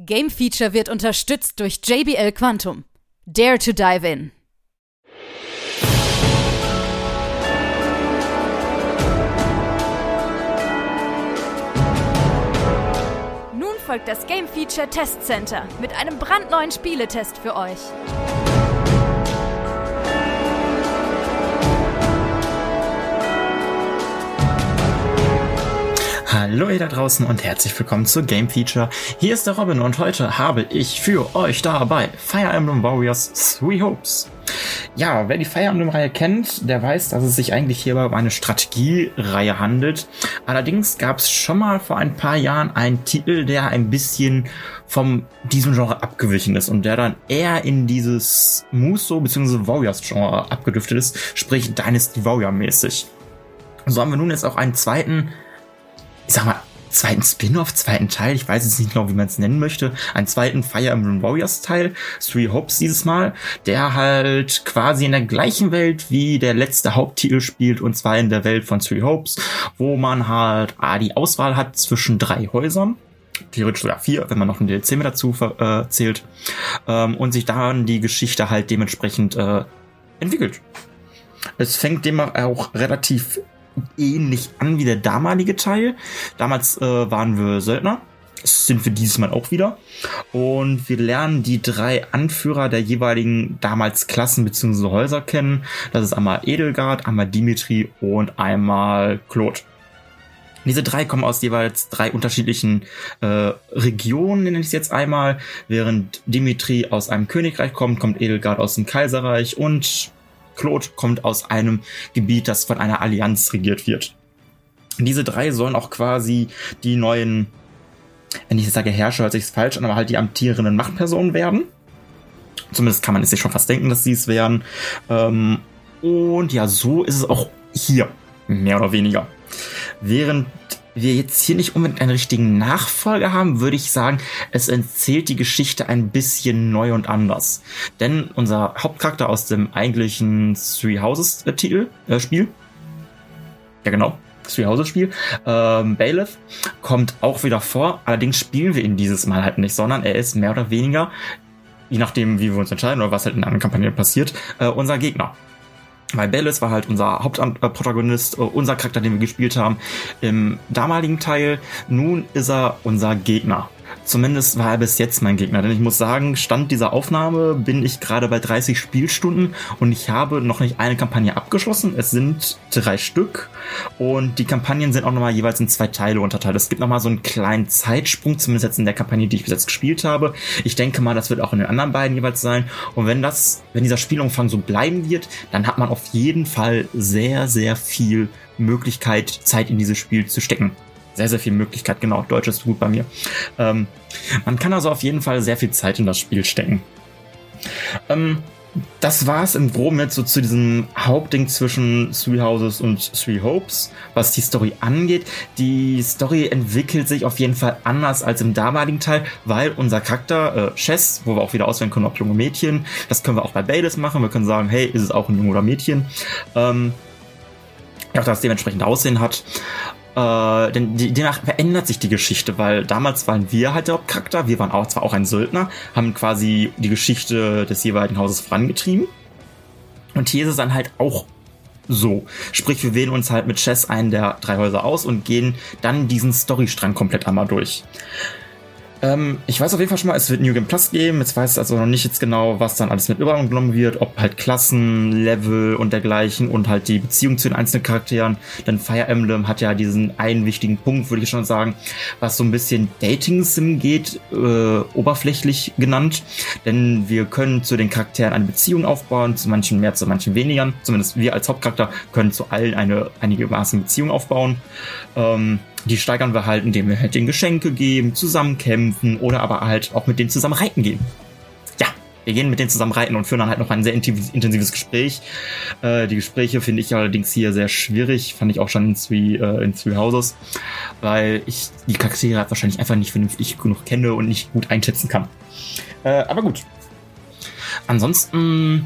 Game Feature wird unterstützt durch JBL Quantum. Dare to dive in. Nun folgt das Game Feature Test Center mit einem brandneuen Spieletest für euch. Hallo ihr da draußen und herzlich willkommen zu Game Feature. Hier ist der Robin und heute habe ich für euch dabei Fire Emblem Warriors Three Hopes. Ja, wer die Fire Emblem-Reihe kennt, der weiß, dass es sich eigentlich hierbei um eine Strategiereihe handelt. Allerdings gab es schon mal vor ein paar Jahren einen Titel, der ein bisschen von diesem Genre abgewichen ist und der dann eher in dieses Muso- bzw. Warriors-Genre abgedriftet ist, sprich Dynasty Warrior-mäßig. So haben wir nun jetzt auch einen zweiten Spin-off, zweiten Teil, ich weiß jetzt nicht genau, wie man es nennen möchte, einen zweiten Fire Emblem Warriors Teil, Three Hopes dieses Mal, der halt quasi in der gleichen Welt wie der letzte Haupttitel spielt, und zwar in der Welt von Three Hopes, wo man halt die Auswahl hat zwischen 3 Häusern, theoretisch sogar 4, wenn man noch einen DLC mit dazu zählt, und sich dann die Geschichte halt dementsprechend entwickelt. Es fängt demnach auch relativ ähnlich an wie der damalige Teil. Damals waren wir Söldner. Das sind wir dieses Mal auch wieder. Und wir lernen die 3 Anführer der jeweiligen damals Klassen bzw. Häuser kennen. Das ist einmal Edelgard, einmal Dimitri und einmal Claude. Diese 3 kommen aus jeweils 3 unterschiedlichen Regionen, nenne ich es jetzt einmal. Während Dimitri aus einem Königreich kommt Edelgard aus dem Kaiserreich und Claude kommt aus einem Gebiet, das von einer Allianz regiert wird. Diese 3 sollen auch quasi die neuen, wenn ich jetzt sage Herrscher, hört sich falsch an, aber halt die amtierenden Machtpersonen werden. Zumindest kann man es sich schon fast denken, dass sie es werden. Und ja, so ist es auch hier, mehr oder weniger. Während wir jetzt hier nicht unbedingt einen richtigen Nachfolger haben, würde ich sagen, es erzählt die Geschichte ein bisschen neu und anders. Denn unser Hauptcharakter aus dem eigentlichen Three Houses Spiel, ja genau, Three Houses Spiel, Bailiff, kommt auch wieder vor. Allerdings spielen wir ihn dieses Mal halt nicht, sondern er ist mehr oder weniger, je nachdem wie wir uns entscheiden oder was halt in einer Kampagne passiert, unser Gegner. Weil Bailiff war halt unser Hauptprotagonist, unser Charakter, den wir gespielt haben im damaligen Teil. Nun ist er unser Gegner. Zumindest war er bis jetzt mein Gegner, denn ich muss sagen, Stand dieser Aufnahme bin ich gerade bei 30 Spielstunden und ich habe noch nicht eine Kampagne abgeschlossen. Es sind 3 Stück und die Kampagnen sind auch nochmal jeweils in 2 Teile unterteilt. Es gibt nochmal so einen kleinen Zeitsprung, zumindest jetzt in der Kampagne, die ich bis jetzt gespielt habe. Ich denke mal, das wird auch in den anderen beiden jeweils sein. Und wenn dieser Spielumfang so bleiben wird, dann hat man auf jeden Fall sehr, sehr viel Möglichkeit, Zeit in dieses Spiel zu stecken. Sehr, sehr viel Möglichkeit, genau, Deutsch ist gut bei mir. Man kann also auf jeden Fall sehr viel Zeit in das Spiel stecken. Das war es im Groben jetzt so zu diesem Hauptding zwischen Three Houses und Three Hopes, was die Story angeht. Die Story entwickelt sich auf jeden Fall anders als im damaligen Teil, weil unser Charakter, Chess, wo wir auch wieder auswählen können, ob Junge Mädchen, das können wir auch bei Bailiff machen. Wir können sagen, hey, ist es auch ein Junge oder Mädchen? Auch das dementsprechend Aussehen hat. Denn demnach verändert sich die Geschichte, weil damals waren wir halt der Hauptcharakter, wir waren zwar auch ein Söldner, haben quasi die Geschichte des jeweiligen Hauses vorangetrieben. Und hier ist es dann halt auch so. Sprich, wir wählen uns halt mit Chess einen der 3 Häuser aus und gehen dann diesen Storystrang komplett einmal durch. Ich weiß auf jeden Fall schon mal, es wird New Game Plus geben. Jetzt weiß ich also noch nicht jetzt genau, was dann alles mit übernommen wird, ob halt Klassen, Level und dergleichen und halt die Beziehung zu den einzelnen Charakteren. Denn Fire Emblem hat ja diesen einen wichtigen Punkt, würde ich schon sagen, was so ein bisschen Dating-Sim geht, oberflächlich genannt. Denn wir können zu den Charakteren eine Beziehung aufbauen, zu manchen mehr, zu manchen weniger. Zumindest wir als Hauptcharakter können zu allen eine einigermaßen Beziehung aufbauen. Die steigern wir halt, indem wir halt denen Geschenke geben, zusammen kämpfen oder aber halt auch mit denen zusammen reiten gehen. Ja, wir gehen mit denen zusammen reiten und führen dann halt noch ein sehr intensives Gespräch. Die Gespräche finde ich allerdings hier sehr schwierig, fand ich auch schon in Three Houses, weil ich die Charaktere halt wahrscheinlich einfach nicht vernünftig genug kenne und nicht gut einschätzen kann. Aber gut. Ansonsten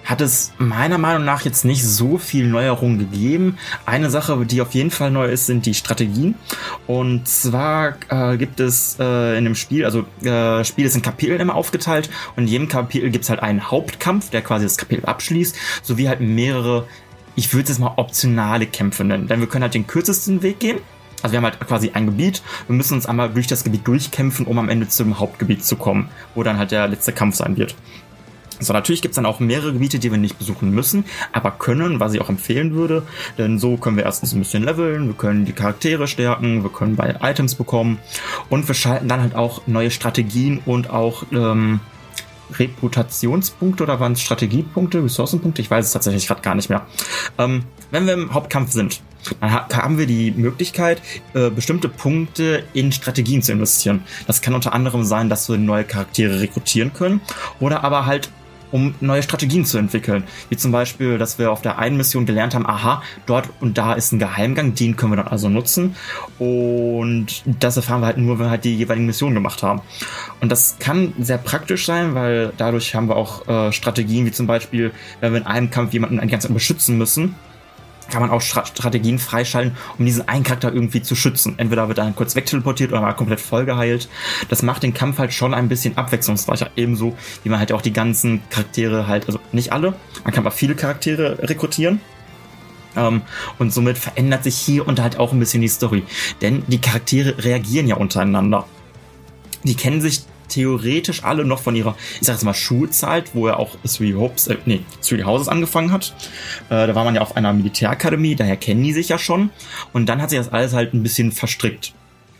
hat es meiner Meinung nach jetzt nicht so viel Neuerungen gegeben. Eine Sache, die auf jeden Fall neu ist, sind die Strategien. Und zwar gibt es in dem Spiel, Spiel ist in Kapiteln immer aufgeteilt und in jedem Kapitel gibt es halt einen Hauptkampf, der quasi das Kapitel abschließt, sowie halt mehrere, ich würde es mal optionale Kämpfe nennen. Denn wir können halt den kürzesten Weg gehen. Also wir haben halt quasi ein Gebiet, wir müssen uns einmal durch das Gebiet durchkämpfen, um am Ende zum Hauptgebiet zu kommen, wo dann halt der letzte Kampf sein wird. So, natürlich gibt's dann auch mehrere Gebiete, die wir nicht besuchen müssen, aber können, was ich auch empfehlen würde, denn so können wir erstens ein bisschen leveln, wir können die Charaktere stärken, wir können bei Items bekommen und wir schalten dann halt auch neue Strategien und auch Reputationspunkte oder waren es Strategiepunkte, Ressourcenpunkte, ich weiß es tatsächlich gerade gar nicht mehr. Wenn wir im Hauptkampf sind, dann haben wir die Möglichkeit, bestimmte Punkte in Strategien zu investieren. Das kann unter anderem sein, dass wir neue Charaktere rekrutieren können oder aber halt um neue Strategien zu entwickeln. Wie zum Beispiel, dass wir auf der einen Mission gelernt haben, aha, dort und da ist ein Geheimgang, den können wir dann also nutzen. Und das erfahren wir halt nur, wenn wir halt die jeweiligen Missionen gemacht haben. Und das kann sehr praktisch sein, weil dadurch haben wir auch Strategien, wie zum Beispiel, wenn wir in einem Kampf jemanden die ganze Zeit beschützen müssen, kann man auch Strategien freischalten, um diesen einen Charakter irgendwie zu schützen. Entweder wird er dann kurz wegteleportiert oder mal komplett voll geheilt. Das macht den Kampf halt schon ein bisschen abwechslungsreicher. Ebenso, wie man halt auch die ganzen Charaktere halt, also nicht alle, man kann aber viele Charaktere rekrutieren. Und somit verändert sich hier und da halt auch ein bisschen die Story. Denn die Charaktere reagieren ja untereinander. Die kennen sich theoretisch alle noch von ihrer, ich sag jetzt mal, Schulzeit, wo er auch Three Houses angefangen hat. Da war man ja auf einer Militärakademie, daher kennen die sich ja schon. Und dann hat sich das alles halt ein bisschen verstrickt.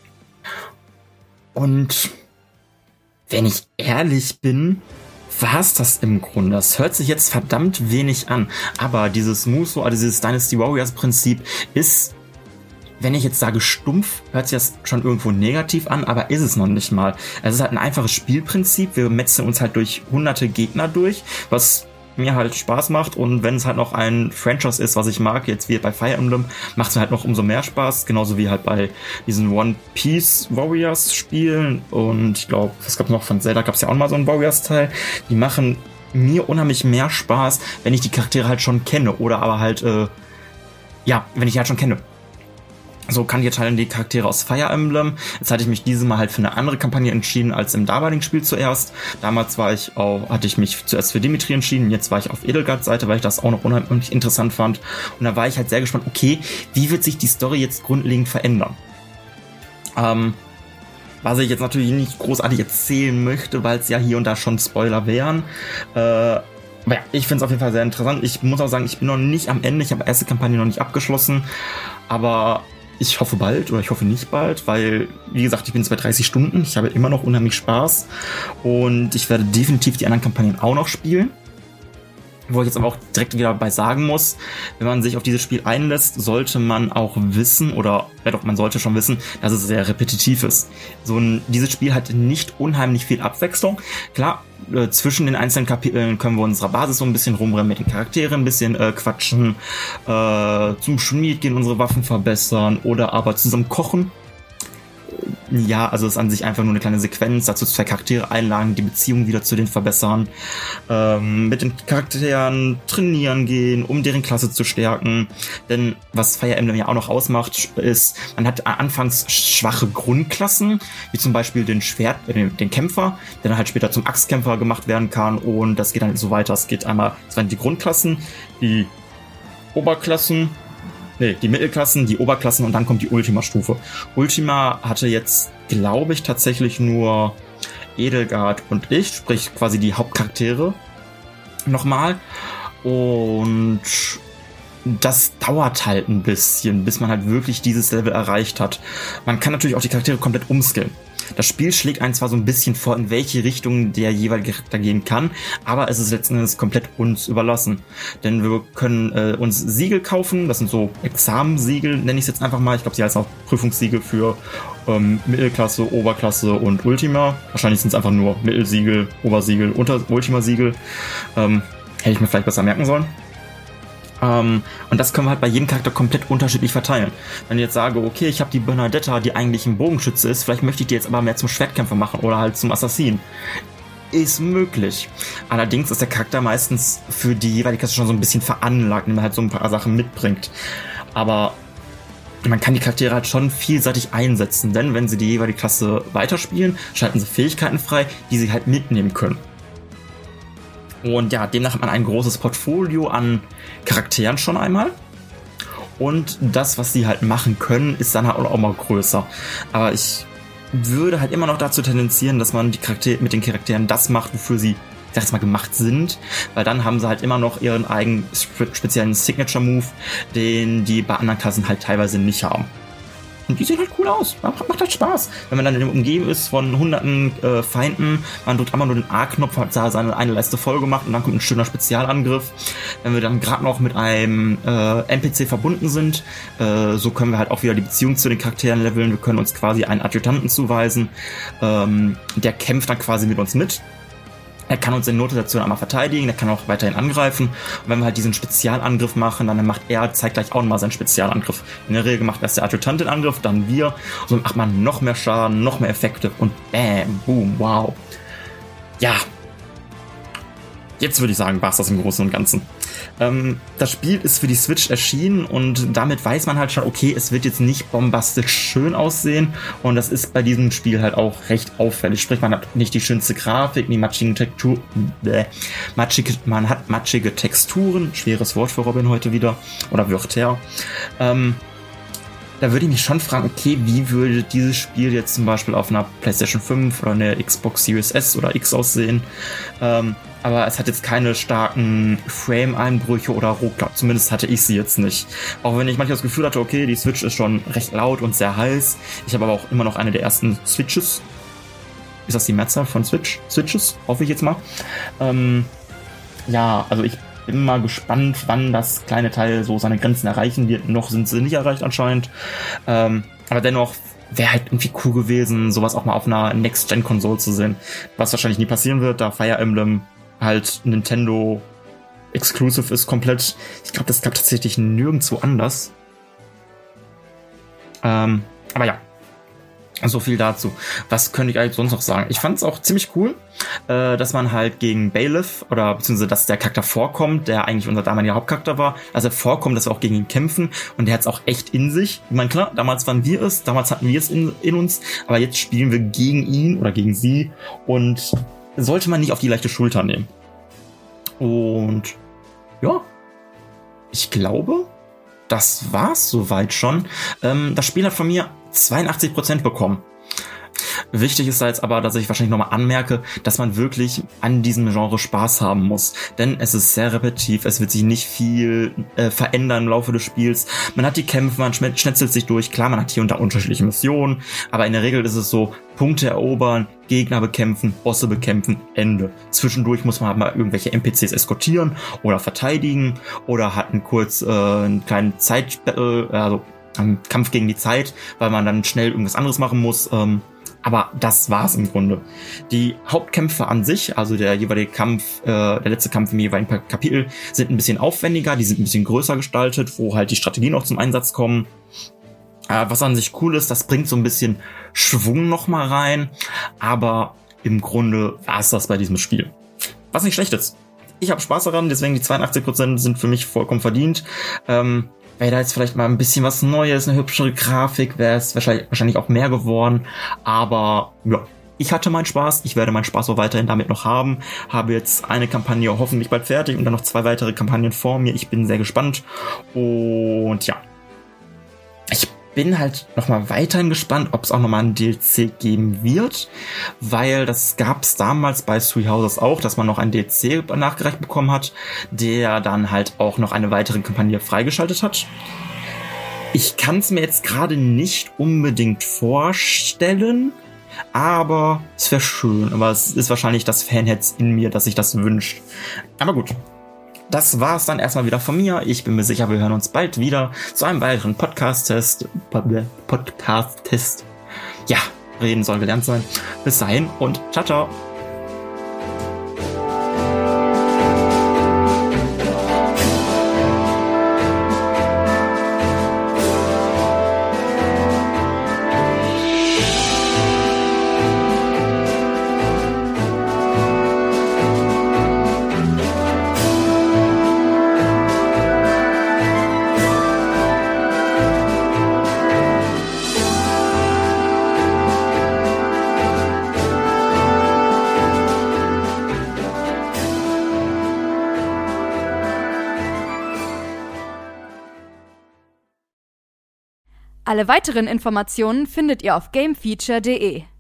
Und wenn ich ehrlich bin, war's das im Grunde. Das hört sich jetzt verdammt wenig an. Aber dieses Musou, also dieses Dynasty Warriors Prinzip ist, wenn ich jetzt sage stumpf, hört sich das schon irgendwo negativ an, aber ist es noch nicht mal. Es ist halt ein einfaches Spielprinzip. Wir metzeln uns halt durch hunderte Gegner durch, was mir halt Spaß macht. Und wenn es halt noch ein Franchise ist, was ich mag, jetzt wie bei Fire Emblem, macht es halt noch umso mehr Spaß. Genauso wie halt bei diesen One Piece Warriors Spielen. Und ich glaube, was gab es noch von Zelda? Gab es ja auch mal so einen Warriors-Teil. Die machen mir unheimlich mehr Spaß, wenn ich die Charaktere halt schon kenne. Oder aber halt, wenn ich die halt schon kenne. So kann ich jetzt halt die Charaktere aus Fire Emblem. Jetzt hatte ich mich dieses Mal halt für eine andere Kampagne entschieden als im damaligen Spiel zuerst. Damals hatte ich mich zuerst für Dimitri entschieden. Jetzt war ich auf Edelgards Seite, weil ich das auch noch unheimlich interessant fand. Und da war ich halt sehr gespannt, okay, wie wird sich die Story jetzt grundlegend verändern? Was ich jetzt natürlich nicht großartig erzählen möchte, weil es ja hier und da schon Spoiler wären. Aber ja, ich finde es auf jeden Fall sehr interessant. Ich muss auch sagen, ich bin noch nicht am Ende. Ich habe die erste Kampagne noch nicht abgeschlossen. Aber ich hoffe bald oder ich hoffe nicht bald, weil, wie gesagt, ich bin jetzt bei 30 Stunden. Ich habe immer noch unheimlich Spaß und ich werde definitiv die anderen Kampagnen auch noch spielen. Wo ich jetzt aber auch direkt wieder bei sagen muss, wenn man sich auf dieses Spiel einlässt, sollte man auch wissen, man sollte schon wissen, dass es sehr repetitiv ist. Dieses Spiel hat nicht unheimlich viel Abwechslung. Klar, zwischen den einzelnen Kapiteln können wir unserer Basis so ein bisschen rumrennen, mit den Charakteren ein bisschen quatschen, zum Schmied gehen, unsere Waffen verbessern oder aber zusammen kochen. Ja, also es ist an sich einfach nur eine kleine Sequenz, dazu 2 Charaktere einladen, die Beziehung wieder zu denen verbessern, mit den Charakteren trainieren gehen, um deren Klasse zu stärken. Denn was Fire Emblem ja auch noch ausmacht, ist, man hat anfangs schwache Grundklassen, wie zum Beispiel den Kämpfer, der dann halt später zum Axtkämpfer gemacht werden kann und das geht dann so weiter. Es waren die Grundklassen, die die Mittelklassen, die Oberklassen und dann kommt die Ultima-Stufe. Ultima hatte jetzt, glaube ich, tatsächlich nur Edelgard und ich, sprich quasi die Hauptcharaktere nochmal. Und das dauert halt ein bisschen, bis man halt wirklich dieses Level erreicht hat. Man kann natürlich auch die Charaktere komplett umskillen. Das Spiel schlägt einen zwar so ein bisschen vor, in welche Richtung der jeweilige Charakter gehen kann, aber es ist letzten Endes komplett uns überlassen. Denn wir können uns Siegel kaufen, das sind so Examensiegel, nenne ich es jetzt einfach mal. Ich glaube, sie heißen auch Prüfungssiegel für Mittelklasse, Oberklasse und Ultima. Wahrscheinlich sind es einfach nur Mittelsiegel, Obersiegel, Ultimasiegel. Hätte ich mir vielleicht besser merken sollen. Und das können wir halt bei jedem Charakter komplett unterschiedlich verteilen. Wenn ich jetzt sage, okay, ich habe die Bernadetta, die eigentlich ein Bogenschütze ist, vielleicht möchte ich die jetzt aber mehr zum Schwertkämpfer machen oder halt zum Assassin. ist möglich. Allerdings ist der Charakter meistens für die jeweilige Klasse schon so ein bisschen veranlagt, wenn man halt so ein paar Sachen mitbringt. Aber man kann die Charaktere halt schon vielseitig einsetzen, denn wenn sie die jeweilige Klasse weiterspielen, schalten sie Fähigkeiten frei, die sie halt mitnehmen können. Und ja, demnach hat man ein großes Portfolio an Charakteren schon einmal. Und das, was sie halt machen können, ist dann halt auch mal größer. Aber ich würde halt immer noch dazu tendenzieren, dass man mit den Charakteren das macht, wofür sie, ich sag jetzt mal, gemacht sind, weil dann haben sie halt immer noch ihren eigenen speziellen Signature-Move, den die bei anderen Klassen halt teilweise nicht haben. Und die sehen halt cool aus. Macht halt Spaß. Wenn man dann umgeben ist von hunderten Feinden, man drückt einmal nur den A-Knopf, hat seine eine Leiste voll gemacht und dann kommt ein schöner Spezialangriff. Wenn wir dann gerade noch mit einem NPC verbunden sind, so können wir halt auch wieder die Beziehung zu den Charakteren leveln. Wir können uns quasi einen Adjutanten zuweisen. Der kämpft dann quasi mit uns mit. Er kann uns in Notsituationen einmal verteidigen, der kann auch weiterhin angreifen. Und wenn wir halt diesen Spezialangriff machen, dann macht er zeitgleich auch nochmal seinen Spezialangriff. In der Regel macht erst der Adjutant den Angriff, dann wir. So macht man noch mehr Schaden, noch mehr Effekte und bam, boom, wow. Ja. Jetzt würde ich sagen, war's das im Großen und Ganzen. Das Spiel ist für die Switch erschienen und damit weiß man halt schon, okay, es wird jetzt nicht bombastisch schön aussehen und das ist bei diesem Spiel halt auch recht auffällig. Sprich, man hat nicht die schönste Grafik, die man hat matschige Texturen, schweres Wort für Robin heute wieder, oder Wörter. Da würde ich mich schon fragen, okay, wie würde dieses Spiel jetzt zum Beispiel auf einer PlayStation 5 oder einer Xbox Series S oder X aussehen? Aber es hat jetzt keine starken Frame-Einbrüche oder Ruckler. Zumindest hatte ich sie jetzt nicht. Auch wenn ich manchmal das Gefühl hatte, okay, die Switch ist schon recht laut und sehr heiß. Ich habe aber auch immer noch eine der ersten Switches. Ist das die Mehrzahl von Switches? Hoffe ich jetzt mal. Ja, also ich bin mal gespannt, wann das kleine Teil so seine Grenzen erreichen wird. Noch sind sie nicht erreicht anscheinend. Aber dennoch wäre halt irgendwie cool gewesen, sowas auch mal auf einer Next-Gen-Konsole zu sehen. Was wahrscheinlich nie passieren wird, da Fire Emblem halt Nintendo Exclusive ist komplett. Ich glaube, das gab tatsächlich nirgendwo anders. Aber ja. So viel dazu. Was könnte ich eigentlich sonst noch sagen? Ich fand es auch ziemlich cool, dass man halt gegen Bailiff, oder beziehungsweise dass der Charakter vorkommt, der eigentlich unser damaliger Hauptcharakter war, also er vorkommt, dass wir auch gegen ihn kämpfen und der hat es auch echt in sich. Ich meine, klar, damals waren wir es, damals hatten wir es in uns, aber jetzt spielen wir gegen ihn oder gegen sie und sollte man nicht auf die leichte Schulter nehmen. Und ja, ich glaube, das war's soweit schon. Das Spiel hat von mir 82% bekommen. Wichtig ist da jetzt aber, dass ich wahrscheinlich nochmal anmerke, dass man wirklich an diesem Genre Spaß haben muss. Denn es ist sehr repetitiv, es wird sich nicht viel verändern im Laufe des Spiels. Man hat die Kämpfe, man schnetzelt sich durch. Klar, man hat hier und da unterschiedliche Missionen, aber in der Regel ist es so, Punkte erobern, Gegner bekämpfen, Bosse bekämpfen, Ende. Zwischendurch muss man halt mal irgendwelche NPCs eskortieren oder verteidigen oder hat einen kleinen Kampf gegen die Zeit, weil man dann schnell irgendwas anderes machen muss. Aber das war's im Grunde. Die Hauptkämpfe an sich, also der jeweilige Kampf, der letzte Kampf im jeweiligen Kapitel, sind ein bisschen aufwendiger, die sind ein bisschen größer gestaltet, wo halt die Strategien auch zum Einsatz kommen. Was an sich cool ist, das bringt so ein bisschen Schwung nochmal rein, aber im Grunde war's das bei diesem Spiel. Was nicht schlecht ist. Ich habe Spaß daran, deswegen die 82% sind für mich vollkommen verdient. Wäre da jetzt vielleicht mal ein bisschen was Neues, eine hübschere Grafik, wäre es wahrscheinlich auch mehr geworden. Aber ja, ich hatte meinen Spaß. Ich werde meinen Spaß auch weiterhin damit noch haben. Habe jetzt eine Kampagne hoffentlich bald fertig und dann noch 2 weitere Kampagnen vor mir. Ich bin sehr gespannt. Und ja, ich bin halt nochmal weiterhin gespannt, ob es auch nochmal einen DLC geben wird, weil das gab es damals bei Three Houses auch, dass man noch einen DLC nachgereicht bekommen hat, der dann halt auch noch eine weitere Kampagne freigeschaltet hat. Ich kann es mir jetzt gerade nicht unbedingt vorstellen, aber es wäre schön, aber es ist wahrscheinlich das Fanherz in mir, dass sich das wünscht. Aber gut. Das war's dann erstmal wieder von mir. Ich bin mir sicher, wir hören uns bald wieder zu einem weiteren Podcast-Test. Ja, reden soll gelernt sein. Bis dahin und ciao, ciao. Alle weiteren Informationen findet ihr auf gamefeature.de.